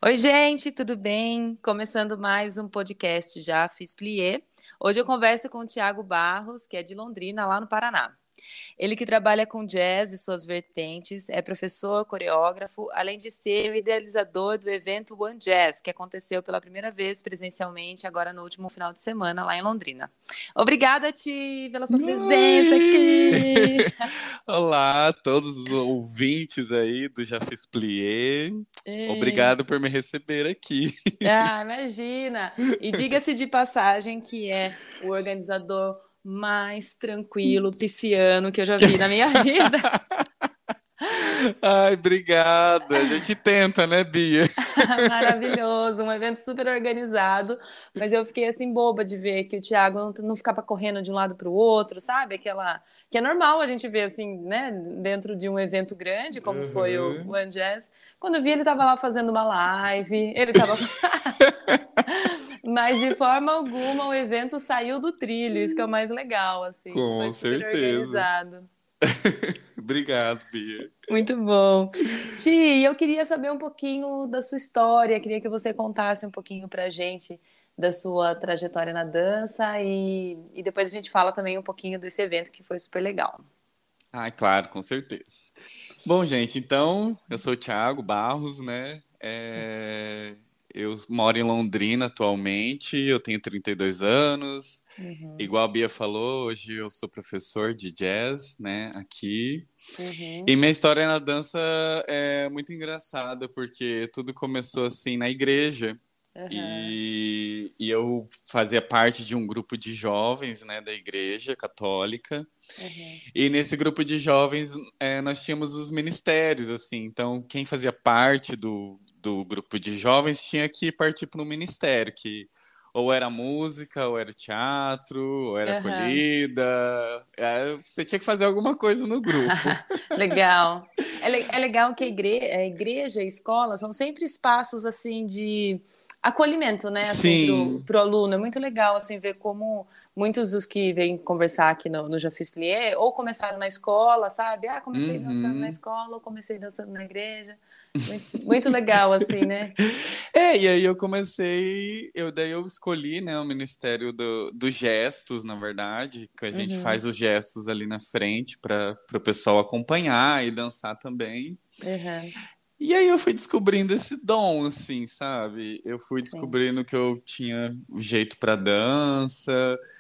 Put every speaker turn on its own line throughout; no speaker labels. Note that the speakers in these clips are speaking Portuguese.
Oi, gente, tudo bem? Começando mais um podcast Já Fiz Plié. Hoje eu converso com o Tiago Barros, que é de Londrina, lá no Paraná. Ele que trabalha com jazz e suas vertentes, é professor, coreógrafo, além de ser o idealizador do evento One Jazz, que aconteceu pela primeira vez presencialmente agora no último final de semana lá em Londrina. Obrigada, Ti, pela sua presença
Oi!
aqui.
Olá a todos os ouvintes aí do Já Fiz Plié.
É.
Obrigado por me receber aqui.
Ah, imagina! E diga-se de passagem que é o organizador mais tranquilo, pisciano que eu já vi na minha vida.
Ai, obrigado. A gente tenta, né, Bia?
Maravilhoso, um evento super organizado, mas eu fiquei assim boba de ver que o Thiago não ficava correndo de um lado para o outro, sabe? Aquela que é normal a gente ver assim, né, dentro de um evento grande, como foi o
Uhum.
One Jazz. Quando eu vi, ele estava lá fazendo uma live, ele estava mas de forma alguma o evento saiu do trilho, isso que é o mais legal, assim. Foi
Com
super
certeza.
organizado.
Obrigado, Bia.
Muito bom. Ti, eu queria saber um pouquinho da sua história, queria que você contasse um pouquinho pra gente da sua trajetória na dança e depois a gente fala também um pouquinho desse evento que foi super legal.
Ai, claro, com certeza. Bom, gente, então, eu sou o Thiago Barros, né? Eu moro em Londrina atualmente, eu tenho 32 anos.
Uhum,
Igual a Bia falou, hoje eu sou professor de jazz, né, aqui. E
uhum,
minha história na dança é muito engraçada, porque tudo começou assim na igreja.
uhum,
E eu fazia parte de um grupo de jovens, né, da igreja católica.
uhum.
E nesse grupo de jovens, nós tínhamos os ministérios, assim. Então, quem fazia parte do grupo de jovens tinha que partir para um ministério, que ou era música, ou era teatro, ou era
Aham.
acolhida. Você tinha que fazer alguma coisa no grupo.
Legal. É legal que a igreja e a escola são sempre espaços assim de acolhimento, né, assim,
Sim.
pro aluno. É muito legal assim ver como muitos dos que vêm conversar aqui no Já Fiz Plié ou começaram na escola, sabe? Ah, comecei dançando na
Uhum.
escola ou comecei dançando na igreja. Muito legal assim, né?
E aí eu comecei, daí eu escolhi, né, o Ministério dos Gestos, na verdade, que a gente
Uhum,
faz os gestos ali na frente para o pessoal acompanhar e dançar também.
uhum,
E aí eu fui descobrindo esse dom, assim, sabe? Eu fui
sim.
descobrindo que eu tinha jeito para dança,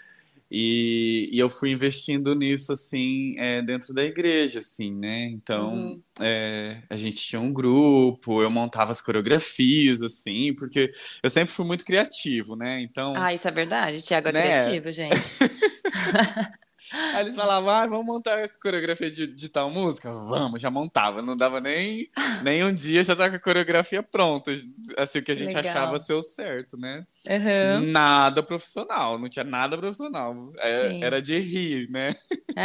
e eu fui investindo nisso, assim, dentro da igreja, assim, né? Então,
Uhum.
a gente tinha um grupo, eu montava as coreografias, assim, porque eu sempre fui muito criativo, né? Então,
Ah, isso é verdade. Tiago é
né?
criativo, gente.
Aí eles falavam, vamos montar a coreografia de tal música? Vamos, já montava. Não dava nem um dia, já tava com a coreografia pronta. Assim, o que a
Que
gente achava
legal.
ser o certo, né?
Uhum,
Nada profissional, não tinha nada profissional.
sim.
Era de rir, né?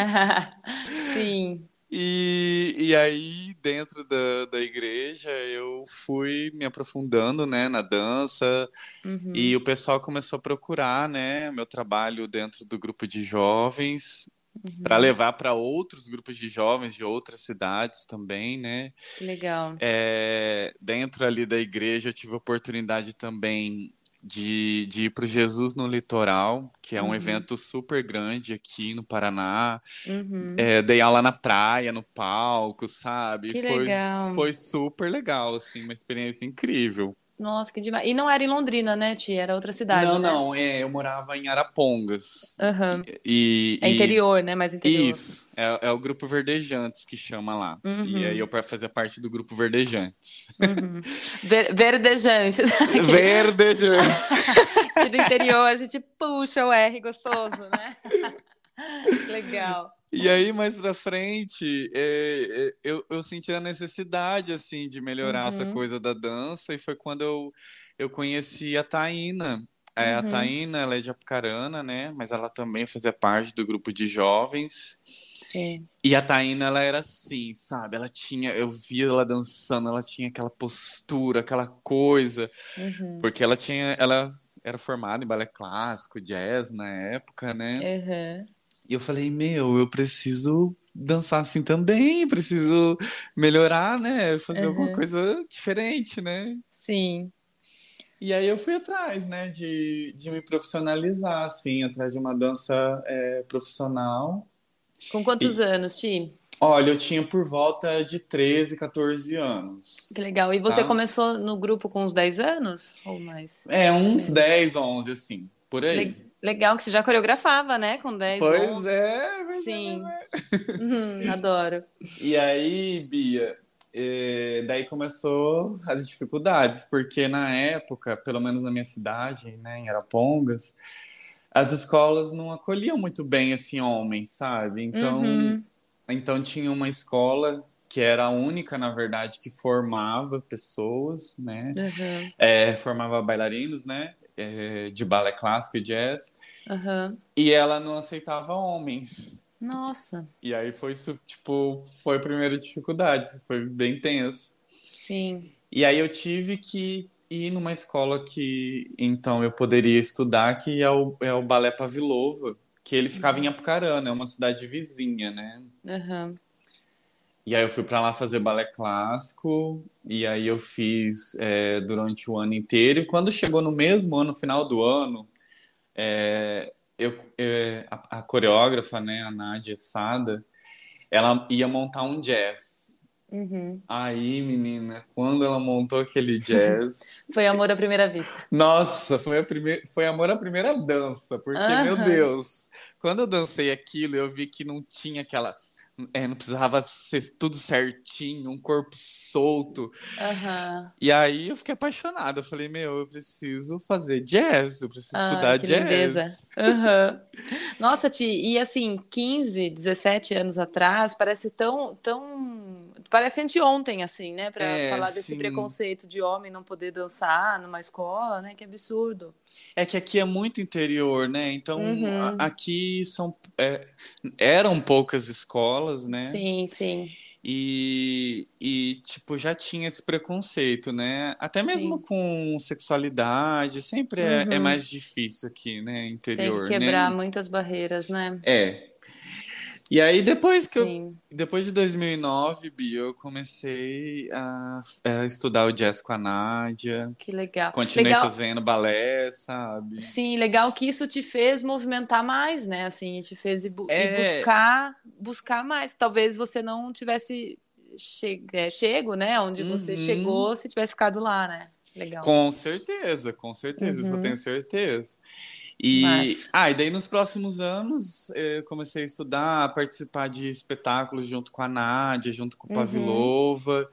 Sim.
E aí, dentro da igreja, eu fui me aprofundando, né, na dança, e
Uhum,
o pessoal começou a procurar, né, meu trabalho dentro do grupo de jovens, para
uhum.
levar para outros grupos de jovens de outras cidades também, né?
Que legal.
Dentro ali da igreja, eu tive a oportunidade também de ir para o Jesus no Litoral, que é um
Uhum,
evento super grande aqui no Paraná.
uhum.
Dei aula na praia, no palco, sabe?
Que
Foi
legal.
super legal, assim, uma experiência incrível.
Nossa, que demais. E não era em Londrina, né, tia? Era outra cidade,
Não,
né?
não, eu morava em Arapongas.
Aham. É
E,
interior, né? Mais interior.
isso, é o Grupo Verdejantes que chama lá. E aí eu
Uhum,
fazia parte do Grupo Verdejantes.
uhum. Verdejantes. Aqui,
Verdejantes.
aqui do interior a gente puxa o R gostoso, né? Legal.
E aí, mais pra frente, eu senti a necessidade, assim, de melhorar essa
Uhum,
coisa da dança, e foi quando eu conheci a Taína. A
uhum.
Taína, ela é de Apucarana, né? Mas ela também fazia parte do grupo de jovens.
Sim.
E a Taína, ela era assim, sabe? Eu via ela dançando, ela tinha aquela postura, aquela coisa,
Uhum,
porque ela era formada em balé clássico, jazz na época, né?
uhum,
E eu falei, meu, eu preciso dançar assim também, preciso melhorar, né? Fazer alguma
uhum.
coisa diferente, né?
Sim.
E aí eu fui atrás, né, de me profissionalizar, assim, atrás de uma dança profissional.
Com quantos
E,
anos, Ti?
olha, eu tinha por volta de 13, 14
Que
anos,
legal. E você
tá?
começou no grupo com uns 10 anos? Ou mais?
É, uns
Menos.
10, 11, assim, por aí.
Legal que você já coreografava, né? Com 10,
Pois
11.
é, pois é, pois
Sim.
é.
Adoro.
E aí, Bia, daí começou as dificuldades, porque na época, pelo menos na minha cidade, né, em Arapongas, as escolas não acolhiam muito bem esse homem, sabe? Então,
Uhum.
então tinha uma escola que era a única, na verdade, que formava pessoas, né?
Uhum.
Formava bailarinos, né? De balé clássico e jazz.
Uhum.
E ela não aceitava homens.
Nossa.
E aí foi isso, tipo, foi a primeira dificuldade, foi bem tenso.
Sim.
E aí eu tive que ir numa escola que então eu poderia estudar, que é o Balé Pavilova, que ele ficava em
Uhum.
Apucarana, é uma cidade vizinha, né?
Uhum.
E aí eu fui para lá fazer balé clássico, e aí eu fiz durante o ano inteiro. E quando chegou no mesmo ano, no final do ano, a coreógrafa, né, a Nádia Sada, ela ia montar um jazz.
Uhum.
Aí, menina, quando ela montou aquele jazz,
Foi amor à primeira vista.
nossa, foi amor à primeira dança, porque, meu
Aham.
Deus, quando eu dancei aquilo, eu vi que não tinha aquela. Não precisava ser tudo certinho, um corpo solto.
Aham.
E aí eu fiquei apaixonado. Eu falei, meu, eu preciso fazer jazz, eu preciso
Ai,
estudar
que lindeza.
jazz.
Aham. Nossa, Ti, e assim, 15, 17 anos atrás, parece tão. Parece anteontem, assim, né? Pra
É,
falar desse
sim.
preconceito de homem não poder dançar numa escola, né? Que absurdo.
É que aqui é muito interior, né? Então,
Uhum.
aqui eram poucas escolas, né?
Sim, sim,
Tipo, já tinha esse preconceito, né? Até mesmo
sim.
com sexualidade, sempre é
Uhum.
mais difícil aqui, né?
Tem que
Interior,
quebrar
né?
muitas barreiras, né?
É. E aí,
Sim.
depois de 2009, Bia, eu comecei a estudar o jazz com a Nádia,
Que legal.
continuei
Legal.
fazendo balé, sabe?
Sim, legal que isso te fez movimentar mais, né? Assim, te fez ir
É,
buscar mais. Talvez você não tivesse chego, né? Onde você
uhum,
chegou se tivesse ficado lá, né? Legal.
com certeza, isso eu tenho
Uhum.
certeza.
Mas.
E daí nos próximos anos eu comecei a estudar, a participar de espetáculos junto com a Nádia, junto com o
Uhum.
Pavilova,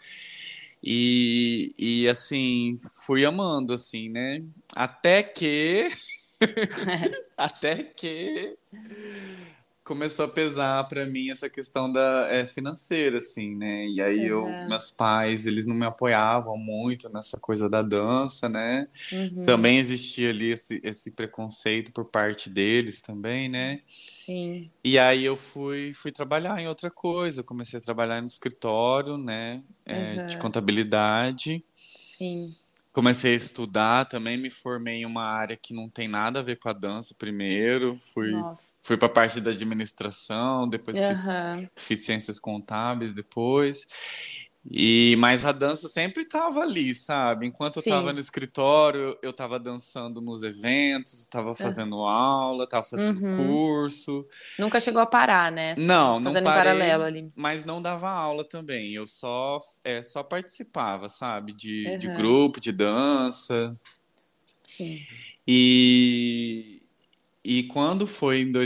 e assim, fui amando, assim, né? Até que, até que começou a pesar para mim essa questão da financeira, assim, né? E aí
Uhum.
meus pais, eles não me apoiavam muito nessa coisa da dança, né?
Uhum.
Também existia ali esse preconceito por parte deles também, né?
Sim.
E aí eu fui trabalhar em outra coisa, eu comecei a trabalhar no escritório, né? De
Uhum.
contabilidade.
Sim.
Comecei a estudar, também me formei em uma área que não tem nada a ver com a dança primeiro.
Nossa.
Fui para a parte da administração, depois
Aham.
fiz ciências contábeis depois. Mas a dança sempre estava ali, sabe? Enquanto eu estava no
Sim.
escritório, eu estava dançando nos eventos, estava
Ah.
fazendo aula, estava fazendo
Uhum.
curso.
Nunca chegou a parar, né? Tava
Não
fazendo em paralelo
parei,
ali.
mas não dava aula também. Eu só participava, sabe? De
Aham.
grupo, de dança.
Sim.
E, e quando foi em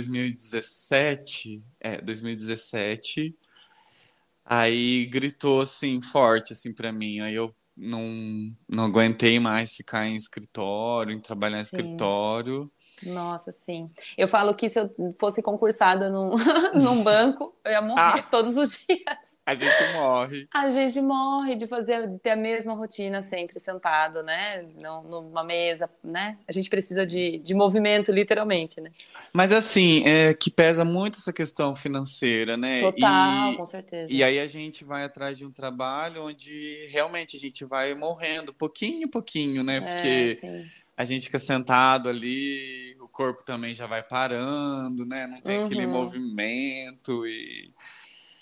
2017, aí gritou assim, forte assim para mim. Aí eu não aguentei mais ficar em escritório, em trabalhar em
Sim.
escritório.
Nossa, sim. Eu falo que se eu fosse concursada num banco, eu ia morrer
Ah,
todos os dias.
a gente morre.
A gente morre de ter a mesma rotina sempre sentado, né? Numa mesa, né? A gente precisa de movimento, literalmente, né?
Mas assim, é que pesa muito essa questão financeira, né?
Total, com
E
certeza.
aí a gente vai atrás de um trabalho onde realmente a gente vai morrendo pouquinho em pouquinho, né?
É,
Porque
sim.
a gente fica sentado ali, o corpo também já vai parando, né? Não tem aquele
Uhum.
movimento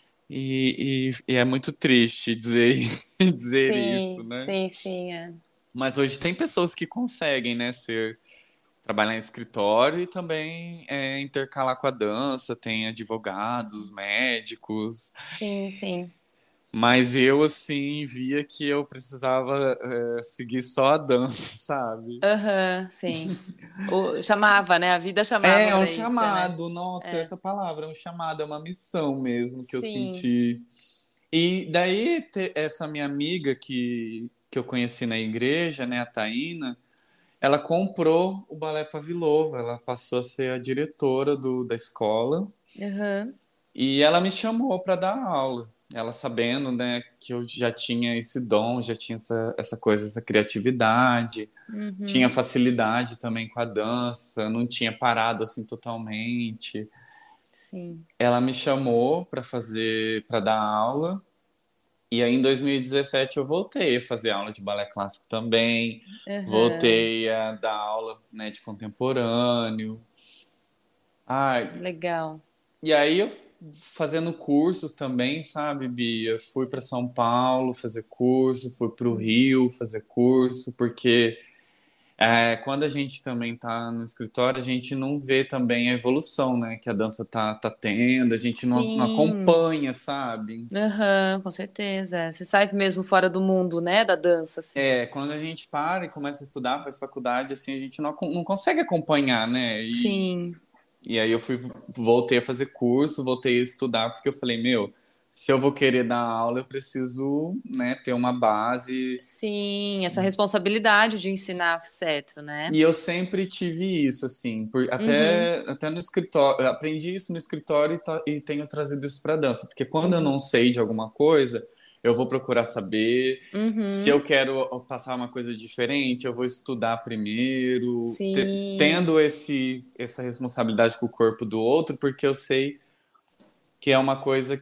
e é muito triste dizer, dizer isso,
Sim,
né?
sim, sim, é.
Mas hoje tem pessoas que conseguem, né, trabalhar em escritório e também intercalar com a dança, tem advogados, médicos.
Sim, sim.
Mas eu, assim, via que eu precisava seguir só a dança, sabe?
Aham, sim. Chamava, né? A vida chamava
É um
para isso, né?
chamado, nossa,
É.
essa palavra é um chamado, é uma missão mesmo que eu
Sim.
senti. E daí, essa minha amiga que eu conheci na igreja, né, a Taína, ela comprou o Balé Pavilova, ela passou a ser a diretora da escola
Aham.
e ela me chamou para dar aula. Ela sabendo, né, que eu já tinha esse dom, já tinha essa coisa, essa criatividade, tinha
Uhum.
facilidade também com a dança, não tinha parado assim totalmente.
Sim.
Ela me chamou para dar aula. E aí, em 2017, eu voltei a fazer aula de balé clássico também,
Aham.
voltei a dar aula, né, de contemporâneo. Ai,
Legal.
e aí, eu fazendo cursos também, sabe, Bia? Fui para São Paulo fazer curso, fui para o Rio fazer curso, porque quando a gente também está no escritório, a gente não vê também a evolução, né, que a dança tá tendo, a gente não
Sim.
acompanha, sabe?
Aham, com certeza. Você sai mesmo fora do mundo, né, da dança, assim.
Quando a gente para e começa a estudar, faz faculdade, assim, a gente não consegue acompanhar, né?
Sim.
E aí voltei a fazer curso, voltei a estudar, porque eu falei, meu, se eu vou querer dar aula, eu preciso, né, ter uma base.
Sim, essa responsabilidade de ensinar certo, né?
E eu sempre tive isso, assim,
Uhum.
até no escritório, eu aprendi isso no escritório e tenho trazido isso para dança, porque quando eu
Uhum.
não sei de alguma coisa, eu vou procurar saber. Se eu
Uhum.
quero passar uma coisa diferente, eu vou estudar primeiro,
Sim.
tendo essa responsabilidade com o corpo do outro, porque eu sei que é uma coisa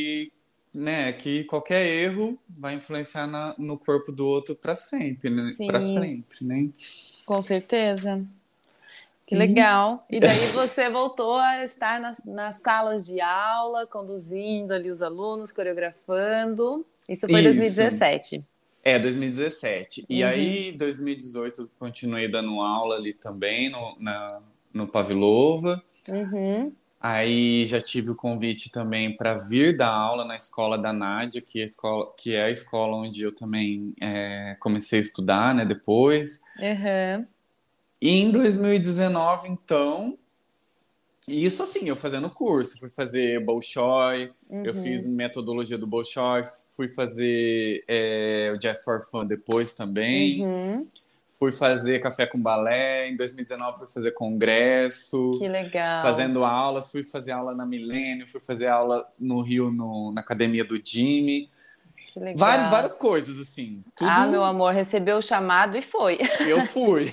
né, que qualquer erro vai influenciar no corpo do outro para sempre, né? Para
Sim,
sempre, né?
com certeza. Que
E
legal. E daí você voltou a estar nas salas de aula, conduzindo ali os alunos, coreografando. Isso foi
isso.
2017.
2017. E
Uhum.
aí, 2018, eu continuei dando aula ali também no Pavlova.
Uhum.
Aí já tive o convite também para vir dar aula na escola da Nádia, que é a escola onde eu também comecei a estudar, né, depois.
Uhum.
E em 2019, então, e isso assim, eu fazendo curso, fui fazer Bolshoi, eu fiz
Uhum.
metodologia do Bolshoi, fui fazer o Jazz for Fun depois também.
Uhum.
Fui fazer café com balé, em 2019 fui fazer congresso,
Que legal.
fazendo aulas, fui fazer aula na Milênio, fui fazer aula no Rio, na academia do Jimmy.
Que legal.
Várias coisas, assim.
Ah, meu
Tudo
amor, recebeu o chamado e foi.
eu fui.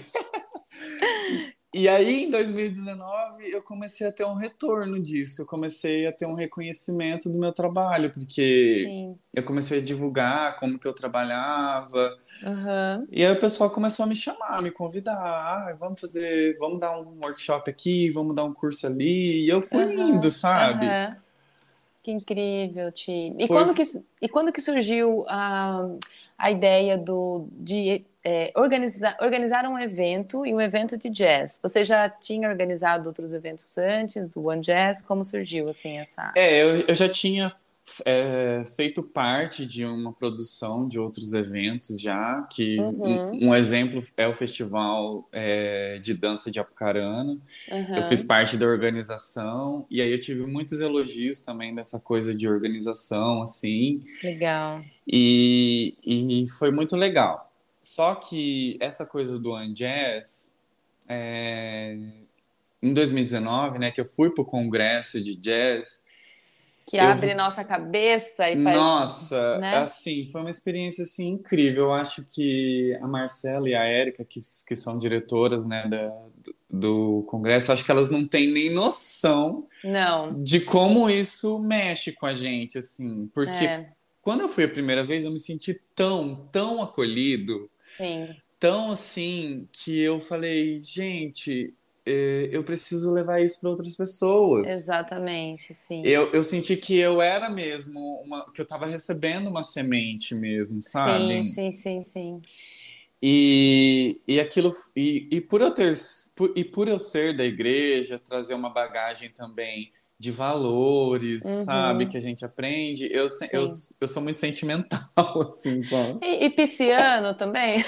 E aí, em 2019, eu comecei a ter um retorno disso. Eu comecei a ter um reconhecimento do meu trabalho, porque
Sim.
eu comecei a divulgar como que eu trabalhava.
Aham.
E aí o pessoal começou a me chamar, a me convidar. Vamos dar um workshop aqui, vamos dar um curso ali. E eu fui indo,
Aham.
sabe?
Aham. Que incrível, Ti.
Foi,
E quando que surgiu a ideia de organizar um evento e um evento de jazz? Você já tinha organizado outros eventos antes do One Jazz? Como surgiu assim essa?
eu já tinha feito parte de uma produção de outros eventos já, que
Uhum,
um exemplo é o Festival de Dança de Apucarana. Eu fiz
uhum,
parte da organização, e aí eu tive muitos elogios também dessa coisa de organização, assim.
legal.
E foi muito legal. Só que essa coisa do Jazz, é, em 2019, né, que eu fui para o congresso de jazz,
Que
eu,
abre nossa cabeça e faz,
nossa,
né?
assim, foi uma experiência assim incrível. Eu acho que a Marcela e a Érica, que são diretoras, né, do congresso, eu acho que elas não têm nem noção
Não,
de como isso mexe com a gente, assim, porque
é,
quando eu fui a primeira vez, eu me senti tão acolhido,
sim,
tão assim, que eu falei, gente, eu preciso levar isso para outras pessoas.
exatamente, sim.
Eu senti que eu era mesmo que eu estava recebendo uma semente mesmo,
Sim,
sabe?
sim, sim, sim.
E aquilo e por eu ter e por eu ser da igreja, trazer uma bagagem também de valores, sabe, que
Uhum,
a gente aprende,
sim.
eu sou muito sentimental, assim, com...
E pisciano também?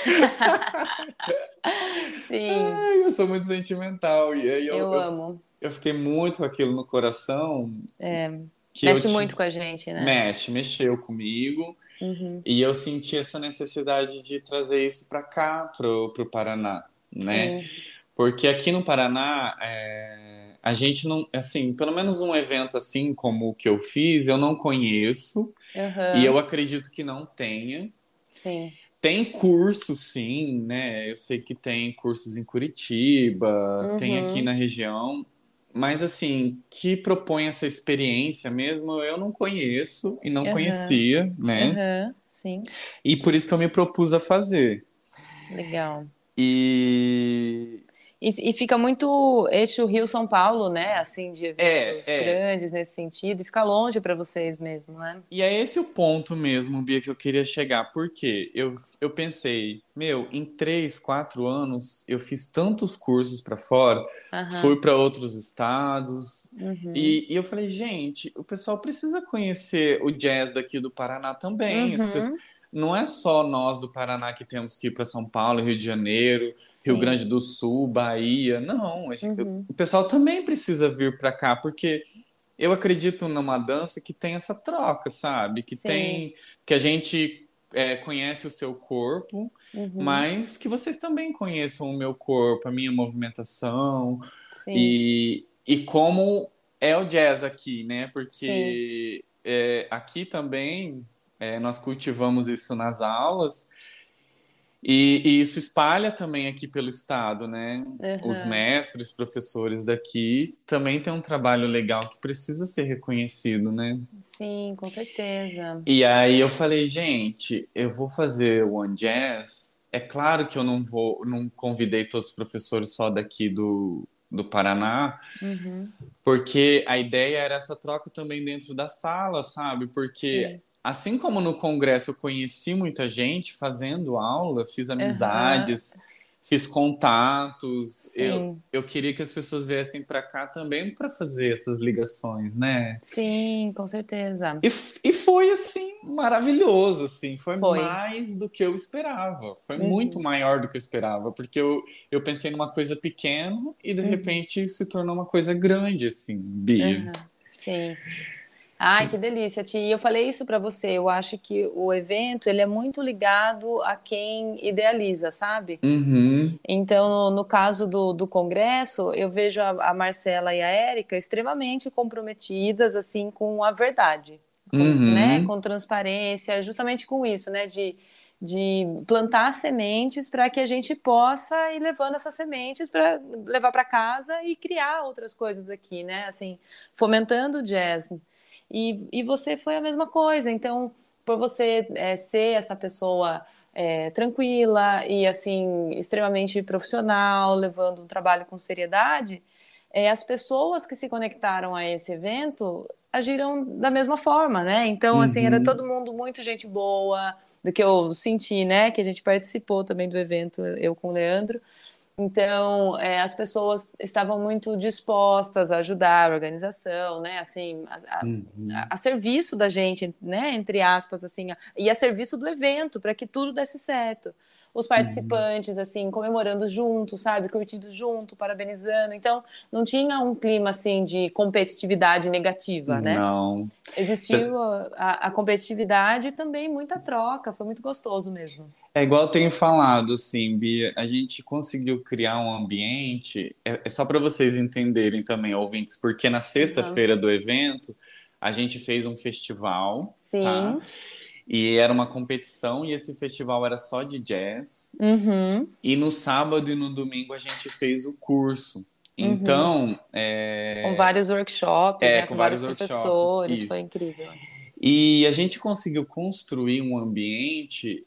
Sim,
Ai, eu sou muito sentimental. E aí
eu amo.
eu fiquei muito com aquilo no coração,
É,
que eu
mexe muito
te
com a gente, né?
mexeu comigo.
Uhum,
E eu senti essa necessidade de trazer isso para cá, pro Paraná, né?
sim.
Porque aqui no Paraná, a gente não, assim, pelo menos um evento assim como o que eu fiz, eu não conheço e eu
Aham,
acredito que não tenha.
sim.
Tem cursos, sim, né? Eu sei que tem cursos em Curitiba, tem aqui
Uhum,
na região, mas assim, que propõe essa experiência mesmo, eu não conheço e não
aham,
conhecia, né?
aham, sim.
E por isso que eu me propus a fazer.
Legal.
E
E fica muito eixo Rio-São Paulo, né? Assim, de
é,
eventos
é.
grandes nesse sentido, e fica longe para vocês mesmo, né?
E é esse o ponto mesmo, Bia, que eu queria chegar. Porque eu pensei, meu, em 3, 4 anos eu fiz tantos cursos para fora, fui
Aham,
para outros estados,
uhum,
e eu falei, gente, o pessoal precisa conhecer o jazz daqui do Paraná também.
uhum,
Não é só nós do Paraná que temos que ir para São Paulo, Rio de Janeiro, Rio
sim,
Grande do Sul, Bahia. Não,
uhum,
o pessoal também precisa vir para cá, porque eu acredito numa dança que tem essa troca, sabe?
sim,
Que a gente conhece o seu corpo,
uhum,
mas que vocês também conheçam o meu corpo, a minha movimentação
sim,
e como é o jazz aqui, né?
sim,
Porque aqui também nós cultivamos isso nas aulas. E isso espalha também aqui pelo estado, né? Os
aham,
mestres, professores daqui também têm um trabalho legal que precisa ser reconhecido, né?
sim, com certeza.
E aí eu falei, gente, eu vou fazer o One Jazz. É claro que eu não convidei todos os professores só daqui do Paraná,
Uhum,
porque a ideia era essa troca também dentro da sala, sabe? Porque
sim,
assim como no congresso eu conheci muita gente fazendo aula, fiz
aham,
amizades, fiz contatos,
sim.
eu queria que as pessoas viessem para cá também para fazer essas ligações, né?
Sim, com certeza.
E foi assim maravilhoso, assim, foi
Foi.
mais do que eu esperava, foi muito
Uhum,
maior do que eu esperava, porque eu pensei numa coisa pequena e de
uhum,
repente se tornou uma coisa grande, assim, Bia.
aham, sim. Ai, que delícia, Ti. E eu falei isso para você. Eu acho que o evento ele é muito ligado a quem idealiza, sabe?
Uhum,
Então, no caso do congresso, eu vejo a Marcela e a Érica extremamente comprometidas assim com a verdade, com, né,
uhum,
com transparência, justamente com isso, né, de plantar sementes para que a gente possa ir levando essas sementes para levar para casa e criar outras coisas aqui, né, assim, fomentando o jazz. E você foi a mesma coisa. Então, por você ser essa pessoa tranquila e assim extremamente profissional, levando um trabalho com seriedade, as pessoas que se conectaram a esse evento agiram da mesma forma, né? Então, assim, era
uhum,
todo mundo muito gente boa, do que eu senti, né? Que a gente participou também do evento, eu com o Leandro. Então, as pessoas estavam muito dispostas a ajudar a organização, né? Assim,
uhum,
a serviço da gente, né? Entre aspas, assim, e a serviço do evento, para que tudo desse certo. Os
uhum.
participantes, assim, comemorando junto, sabe? Curtindo junto, parabenizando. Então, não tinha um clima, assim, de competitividade negativa, né?
Não.
Existiu a competitividade e também muita troca. Foi muito gostoso mesmo.
É igual eu tenho falado, assim, Bia, a gente conseguiu criar um ambiente, é só para vocês entenderem também, ouvintes, porque na
Uhum.
sexta-feira do evento a gente fez um festival, tá?
Sim.
E era uma competição, e esse festival era só de jazz.
Uhum.
E no sábado e no domingo a gente fez o curso.
Uhum.
Então,
Com vários workshops, né?
com
Com vários
vários workshops,
professores, foi
isso.
incrível.
E a gente conseguiu construir um ambiente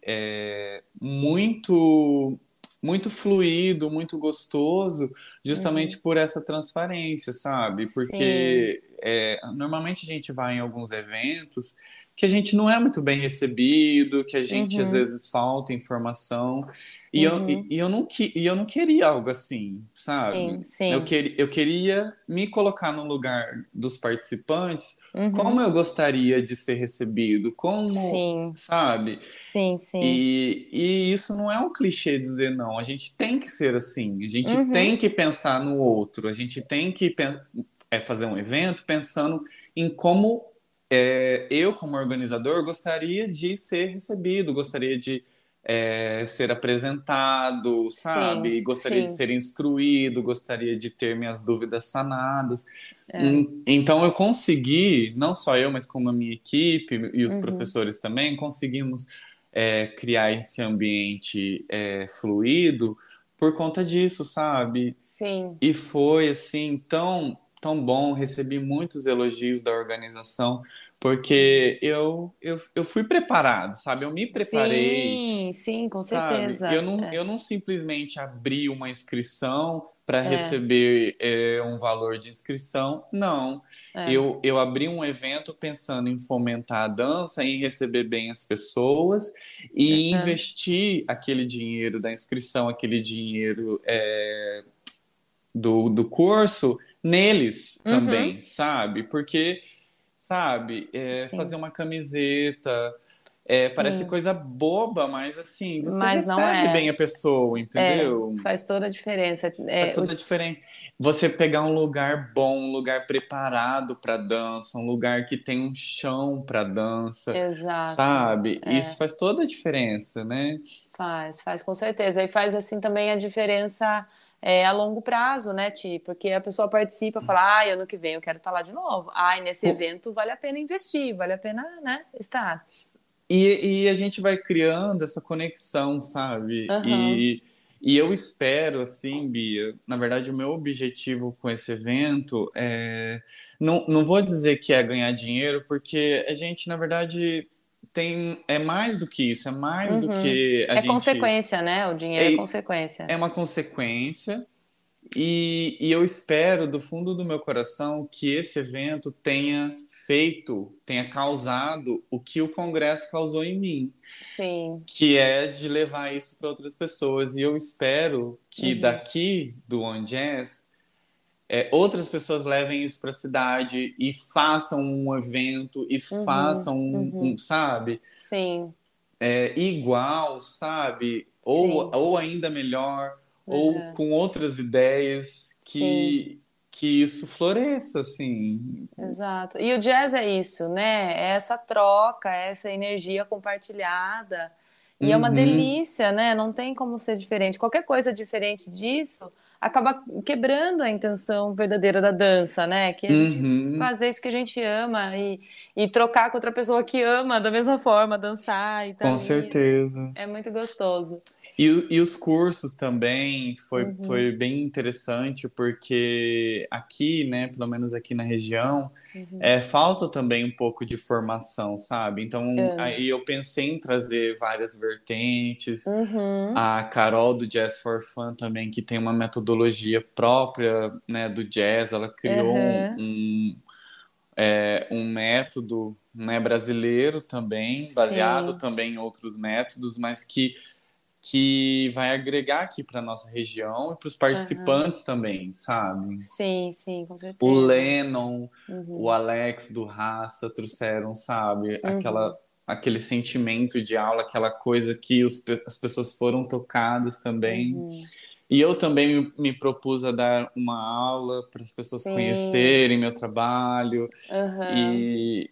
muito muito fluido, muito gostoso, justamente
Uhum.
por essa transparência, sabe?
Sim.
Porque normalmente a gente vai em alguns eventos que a gente não é muito bem recebido, que a gente às
Uhum.
vezes falta informação.
Uhum.
E eu não queria algo assim,
Sim,
sabe?
sim.
Eu queria me colocar no lugar dos participantes, como
Uhum.
eu gostaria de ser recebido, como,
Sim,
sabe?
sim, sim.
E isso não é um clichê dizer não. A gente tem que ser assim. A gente
Uhum.
tem que pensar no outro. A gente tem que fazer um evento pensando em como eu, como organizador, gostaria de ser recebido, gostaria de ser apresentado,
Sim,
sabe? Gostaria de
sim.
ser instruído, gostaria de ter minhas dúvidas sanadas.
É.
Então eu consegui, não só eu, mas como a minha equipe e os
Uhum.
professores também, conseguimos criar esse ambiente fluido por conta disso, sabe?
Sim.
E foi assim tão bom, recebi muitos elogios da organização, porque eu fui preparado, sabe? Eu me preparei,
Sim, sim, com
sabe?
certeza.
Eu não simplesmente abri uma inscrição para
É,
receber um valor de inscrição, não.
é,
Eu abri um evento pensando em fomentar a dança, em receber bem as pessoas e
é.
investir aquele dinheiro da inscrição, aquele dinheiro do curso neles
Uhum,
também, sabe? Porque, sabe,
sim,
fazer uma camiseta parece
sim.
coisa boba, mas assim, você
Mas não
recebe bem
é.
a pessoa,
É,
entendeu?
faz toda a diferença.
Faz
É,
toda a diferença. Você pegar um lugar bom, um lugar preparado para dança, um lugar que tem um chão para dança,
exato.
sabe? Isso
É,
faz toda a diferença, né?
faz com certeza. E faz assim também a diferença a longo prazo, né, Ti? Porque a pessoa participa e fala, ai, ano que vem eu quero estar lá de novo. Ai, nesse
Co-
evento vale a pena investir, vale a pena, né, estar.
E a gente vai criando essa conexão, sabe?
Aham.
E eu espero, assim, Bia, na verdade, o meu objetivo com esse evento não vou dizer que é ganhar dinheiro, porque a gente, na verdade, é mais do que isso, é mais do
Uhum.
que a
É
gente.
consequência, né? O dinheiro é
É,
consequência.
é uma consequência. E eu espero do fundo do meu coração que esse evento tenha causado o que o Congresso causou em mim,
Sim.
que é de levar isso para outras pessoas. E eu espero que
Uhum.
daqui do One Jazz, outras pessoas levem isso para a cidade e façam um evento e
Uhum.
façam
Uhum.
sabe,
Sim.
igual, sabe?
Sim.
Ou ainda melhor, ou
Uhum.
com outras ideias
Sim.
que isso floresça, assim.
Exato. E o jazz é isso, né? É essa troca, é essa energia compartilhada. E é uma
Uhum,
delícia, né? Não tem como ser diferente. Qualquer coisa diferente disso acaba quebrando a intenção verdadeira da dança, né? Que é a gente
uhum,
fazer isso que a gente ama e trocar com outra pessoa que ama da mesma forma, dançar e tá
com
ali.
certeza.
É muito gostoso.
E os cursos também
Uhum,
foi bem interessante, porque aqui, né, pelo menos aqui na região,
uhum,
falta também um pouco de formação, sabe? Então,
é,
aí eu pensei em trazer várias vertentes.
uhum,
A Carol do Jazz for Fun também, que tem uma metodologia própria, né, do jazz, ela criou
uhum,
um método, né, brasileiro também, baseado
sim,
também em outros métodos, mas que vai agregar aqui para nossa região e para os
uhum,
participantes também, sabe?
sim, sim, com
O
certeza.
Lennon, o
Uhum,
Alex do Raça trouxeram, sabe?
uhum,
Aquele sentimento de aula, aquela coisa que as pessoas foram tocadas também.
uhum,
E eu também me propus a dar uma aula para as pessoas
sim,
conhecerem meu trabalho
uhum,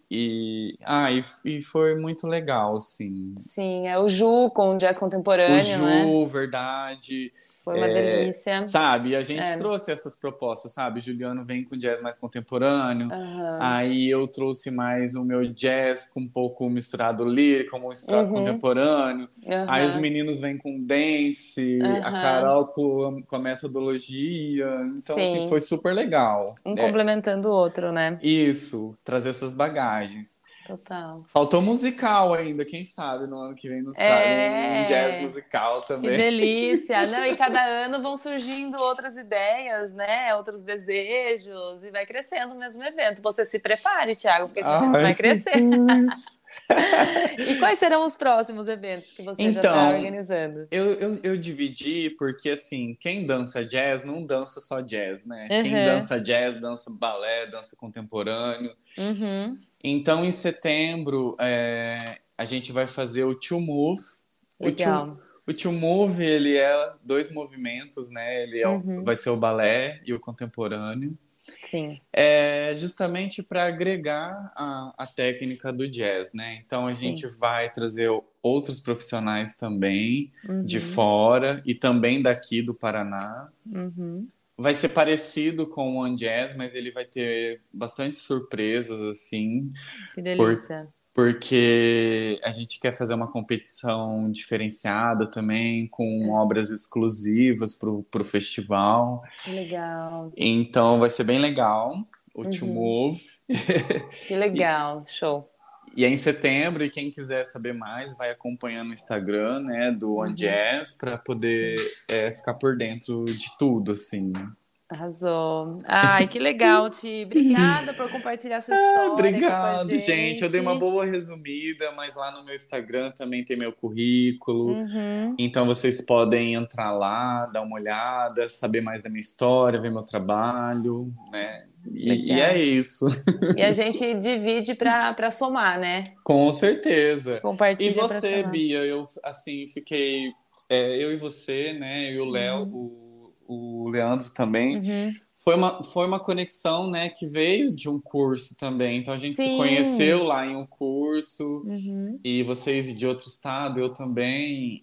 e foi muito legal, assim.
sim. É o Ju com jazz
O
contemporâneo, né?
Ju, verdade,
Foi uma delícia.
sabe? E a gente
É,
trouxe essas propostas, sabe? Juliano vem com jazz mais contemporâneo,
aham,
aí eu trouxe mais o meu jazz com um pouco misturado lírico, um misturado
uhum,
contemporâneo. Aí os
aham,
meninos vêm com dance, a
aham,
Carol com a metodologia. Então, assim, foi
sim.
super legal.
Um complementando o outro, né?
Isso, trazer essas bagagens.
Total.
Faltou musical ainda, quem sabe no ano que vem não traz um jazz
É,
musical
que
também.
delícia! Não, e cada ano vão surgindo outras ideias, né? Outros desejos, e vai crescendo o mesmo evento. Você se prepare, Thiago, porque esse evento
Ai,
vai crescer.
Jesus!
E quais serão os próximos eventos que você já está
Então,
organizando?
eu dividi porque, assim, quem dança jazz não dança só jazz, né? Quem
Aham.
dança jazz dança balé, dança contemporâneo.
Uhum.
Então, em setembro, a gente vai fazer o To Move. O To,
Legal.
o To Move, ele é dois movimentos, né? Vai
Uhum.
ser o balé e o contemporâneo.
Sim,
É justamente para agregar a técnica do jazz, né? Então, a gente
sim.
vai trazer outros profissionais também de
Uhum.
fora e também daqui do Paraná.
Uhum.
Vai ser parecido com o One Jazz, mas ele vai ter bastante surpresas, assim.
Que
Por,
delícia.
porque a gente quer fazer uma competição diferenciada também, com
É,
obras exclusivas para o festival.
que legal.
Então vai ser bem legal o To
Uhum.
Move.
Que
E,
legal. Show.
e é em setembro, e quem quiser saber mais, vai acompanhando o Instagram, né, do On
Uhum.
Jazz, para poder
Sim.
ficar por dentro de tudo, assim.
Arrasou. Ai, que legal, Ti. Obrigada por compartilhar sua história aqui com a
Obrigado, gente. Eu dei uma
gente.
boa resumida, mas lá no meu Instagram também tem meu currículo.
Uhum.
Então vocês podem entrar lá, dar uma olhada, saber mais da minha história, ver meu trabalho, né? E é
Legal.
isso.
E a gente divide para somar, né?
Com certeza. E
Compartilha para
você,
somar.
Bia, eu assim fiquei, eu e você, né? E o Léo,
Uhum.
o Leandro também.
Uhum.
Foi uma conexão, né, que veio de um curso também. Então a gente se conheceu
Sim.
lá em um curso
Uhum.
e vocês de outro estado, eu também.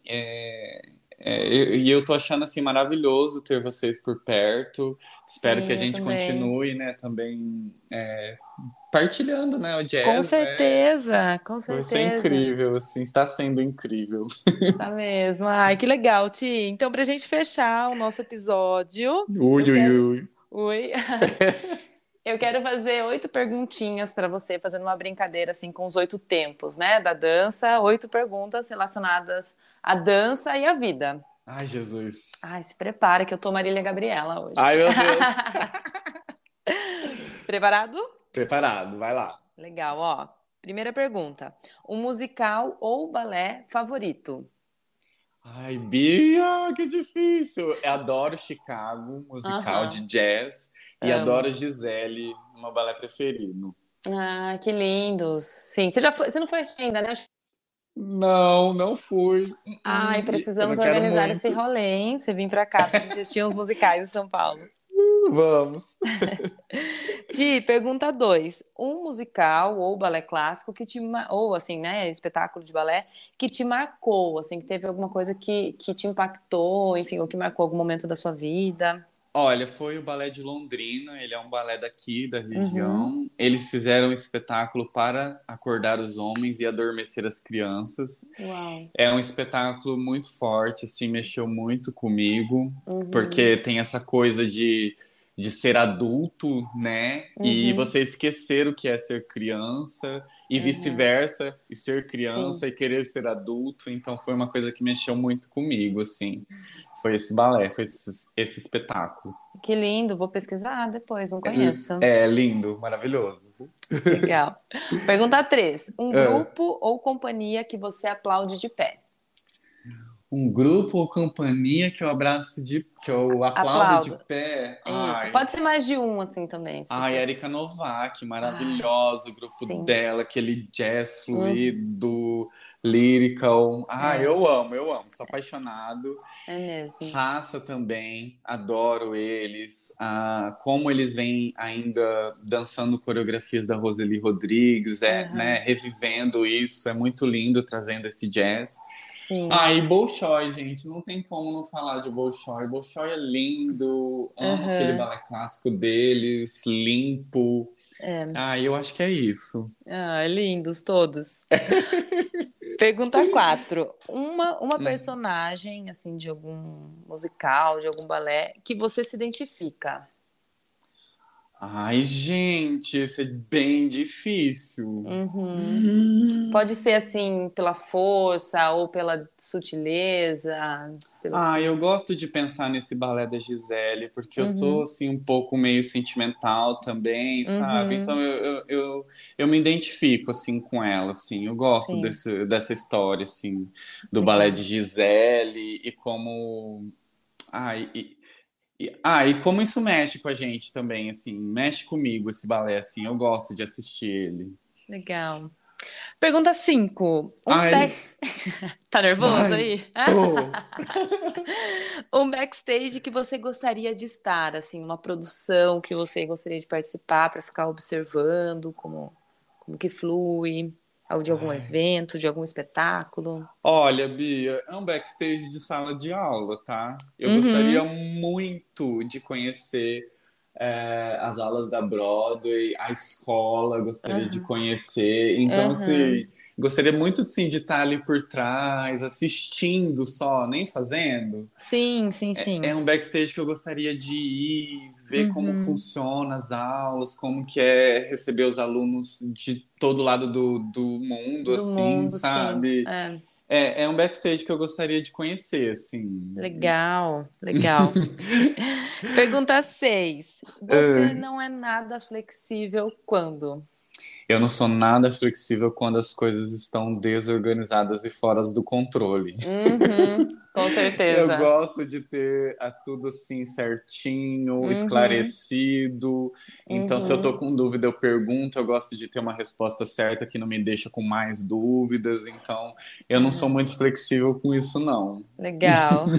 E eu tô achando assim maravilhoso ter vocês por perto. Espero que a
Sim, eu
gente
também.
continue, né, também partilhando, né, o
Com
jazz, né?
certeza, com
Vai ser
certeza.
incrível, assim, está sendo incrível.
Tá mesmo. Ai, que legal, Ti. Então, pra gente fechar o nosso episódio,
Ui,
eu
ui,
quero.
ui.
Oi. Eu quero fazer 8 perguntinhas para você, fazendo uma brincadeira assim com os 8 tempos, né, da dança. 8 perguntas relacionadas à dança e à vida.
Ai, Jesus.
Ai, se prepara que eu tô Marília Gabriela hoje.
Ai, meu Deus.
Preparado?
Preparado, vai lá.
Legal, ó. Primeira pergunta. Um musical ou balé favorito?
Ai, Bia, que difícil. Eu adoro Chicago, musical
Aham,
de jazz, e
amo.
adoro Gisele, meu balé preferido.
Ah, que lindos. Sim, você já foi, você não foi assistir ainda, né?
Não, não fui.
Ai,
Eu não
precisamos
quero
organizar esse
muito.
rolê, hein? Você vir pra cá pra gente assistir uns musicais em São Paulo.
Vamos.
Ti, pergunta 2. Um musical ou balé clássico ou assim, né, espetáculo de balé que te marcou, assim, que teve alguma coisa que te impactou, enfim, ou que marcou algum momento da sua vida?
Olha, foi o Balé de Londrina, ele é um balé daqui, da
Uhum.
região. Eles fizeram um espetáculo para acordar os homens e adormecer as crianças.
Uau.
É um espetáculo muito forte, assim, mexeu muito comigo,
Uhum.
porque tem essa coisa de ser adulto, né? E
Uhum.
você esquecer o que é ser criança, e
Uhum.
vice-versa, e ser
Sim.
criança e querer ser adulto. Então foi uma coisa que mexeu muito comigo, assim. Foi esse balé, foi esse espetáculo.
Que lindo, vou pesquisar depois, não conheço.
É lindo, maravilhoso.
Legal. Pergunta 3. Um
Ah,
grupo ou companhia que você aplaude de pé?
um grupo ou companhia que eu aplaudo de
Aplaudo.
pé.
Isso.
Ai,
Pode ser mais de um, assim, também, se
ai,
for.
Erika Novak,
Ai,
maravilhosa, o grupo
sim.
dela, aquele jazz
Uhum.
fluido, lyrical. Ai,
É,
eu amo, sou apaixonado.
é mesmo.
Raça também, adoro eles. Como eles vêm ainda dançando coreografias da Roseli Rodrigues, né,
Aham.
revivendo isso, é muito lindo trazendo esse jazz.
Sim.
E Bolshoi, gente, não tem como não falar de Bolshoi. Bolshoi é lindo, amo aquele
Aham.
balé clássico deles, limpo.
É.
Eu acho que é isso.
Ah, lindos todos. Pergunta 4. Uma
Hum.
personagem, assim, de algum musical, de algum balé, que você se identifica.
Ai, gente, esse é bem difícil.
Uhum.
Hum.
Pode ser assim, pela força ou pela sutileza, pelo...
Ah, eu gosto de pensar nesse balé da Gisele, porque eu sou,
Uhum,
assim, um pouco meio sentimental também, sabe? Então
uhum,
eu me identifico, assim, com ela, assim. Eu gosto
sim,
dessa história, assim, do balé de
legal.
Gisele e como... Ai, e como isso mexe com a gente também, assim. Mexe comigo esse balé, assim. Eu gosto de assistir ele.
Legal. Pergunta 5.
Ai,
Tá nervoso
vai,
aí?
tô.
Um backstage que você gostaria de estar, assim, uma produção que você gostaria de participar para ficar observando como que flui, ou de algum
Ai.
evento, de algum espetáculo.
Olha, Bia, é um backstage de sala de aula, tá? Eu gostaria
Uhum,
muito de conhecer as aulas da Broadway, a escola, gostaria de
aham,
conhecer. Então,
aham.
assim, gostaria muito, sim, de estar ali por trás, assistindo só, nem fazendo.
Sim, sim,
É
sim.
um backstage que eu gostaria de ir, ver como
Uhum.
funciona as aulas, como que é receber os alunos de todo lado do mundo,
Do
assim,
mundo, sim.
sabe?
É.
É um backstage que eu gostaria de conhecer, assim.
Legal, legal. Pergunta 6. Você
É.
não é nada flexível quando?
Eu não sou nada flexível quando as coisas estão desorganizadas e fora do controle.
Uhum, com
Eu
certeza.
gosto de ter tudo assim certinho,
Uhum,
esclarecido. Então, se eu tô
uhum.
com dúvida, eu pergunto. Eu gosto de ter uma resposta certa que não me deixa com mais dúvidas. Então, eu não sou
Uhum.
muito flexível com isso, não.
Legal.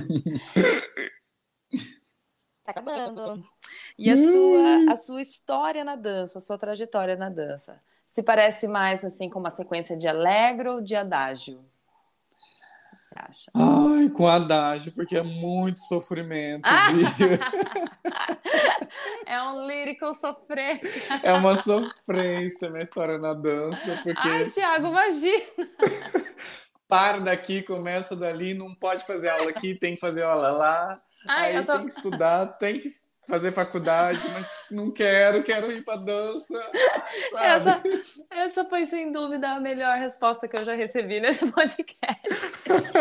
Tá acabando. E a sua história na dança, a sua trajetória na dança, se parece mais assim com uma sequência de allegro ou de adágio? O que você acha?
Ai, com adágio, porque é muito sofrimento, Bia.
Ah! É um lírico sofrência.
É uma sofrência minha história na dança,
Ai,
porque
Thiago, imagina.
para daqui, começa dali, não pode fazer aula aqui, tem que fazer aula lá,
Ai,
aí tem que estudar, tem que fazer faculdade, mas não quero, quero ir pra dança, ai, sabe?
essa, essa foi sem dúvida a melhor resposta que eu já recebi nesse podcast.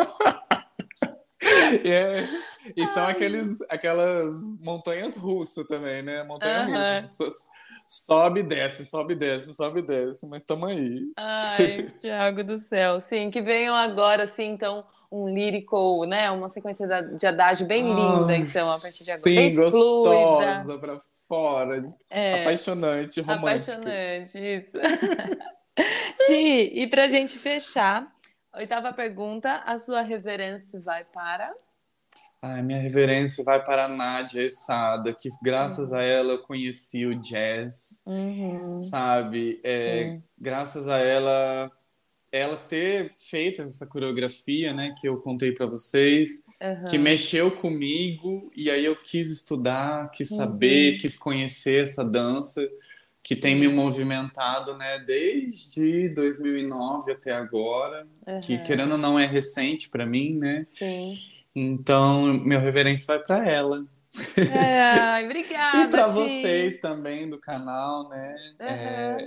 E, e são aquelas montanhas russas também, né? Montanha russa.
Aham.
Sobe e desce, sobe e desce, sobe e desce, mas tamo aí.
Ai, Thiago do céu. Sim, que venham agora, assim, então, um lírico, né? Uma sequência de adágio bem linda,
Ai,
então, a partir de agora. Bem
sim,
fluida.
gostosa pra fora,
É,
apaixonante, romântica.
apaixonante, isso. Ti, e pra gente fechar, oitava pergunta, a sua reverência vai para?
Ai, minha reverência vai para a Nádia Essada, que graças a
Uhum,
ela eu conheci o jazz,
uhum,
sabe?
sim.
Graças a ela ter feito essa coreografia, né, que eu contei para vocês, que
Aham.
mexeu comigo e aí eu quis estudar, quis saber,
Uhum,
quis conhecer essa dança que tem me
sim.
movimentado, né, desde 2009 até agora, que
Aham.
querendo ou não é recente para mim, né?
Sim.
Então, meu reverência vai para ela.
Ai,
E
obrigada,
para
Ti.
vocês também do canal, né?
Aham.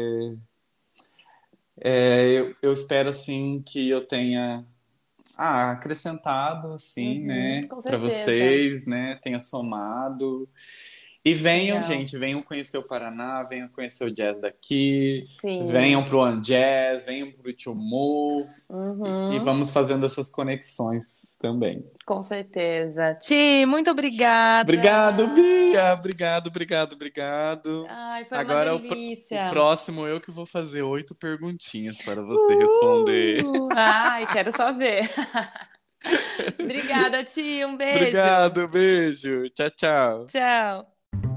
Eu espero assim que eu tenha acrescentado assim,
Uhum,
né,
com
para
certeza.
vocês, né, tenha somado. E venham,
Legal.
gente, venham conhecer o Paraná, venham conhecer o jazz daqui,
Sim.
venham pro One Jazz, venham pro To Move e
Uhum,
vamos fazendo essas conexões também.
com certeza. Ti, muito
Obrigado, Bia.
obrigada.
Obrigado, obrigado, obrigado.
Ai, foi uma
Agora o
delícia.
próximo eu que vou fazer 8 perguntinhas para você responder.
Ai, quero só ver. Obrigada, Ti. Um beijo.
Obrigado, beijo. Tchau, tchau.
Tchau.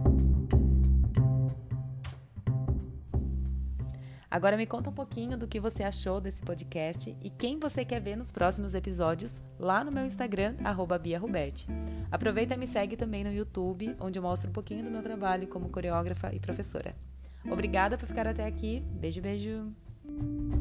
Agora me conta um pouquinho do que você achou desse podcast e quem você quer ver nos próximos episódios lá no meu Instagram, @BiaRuberti. Aproveita e me segue também no YouTube, onde eu mostro um pouquinho do meu trabalho como coreógrafa e professora. Obrigada por ficar até aqui. Beijo, beijo.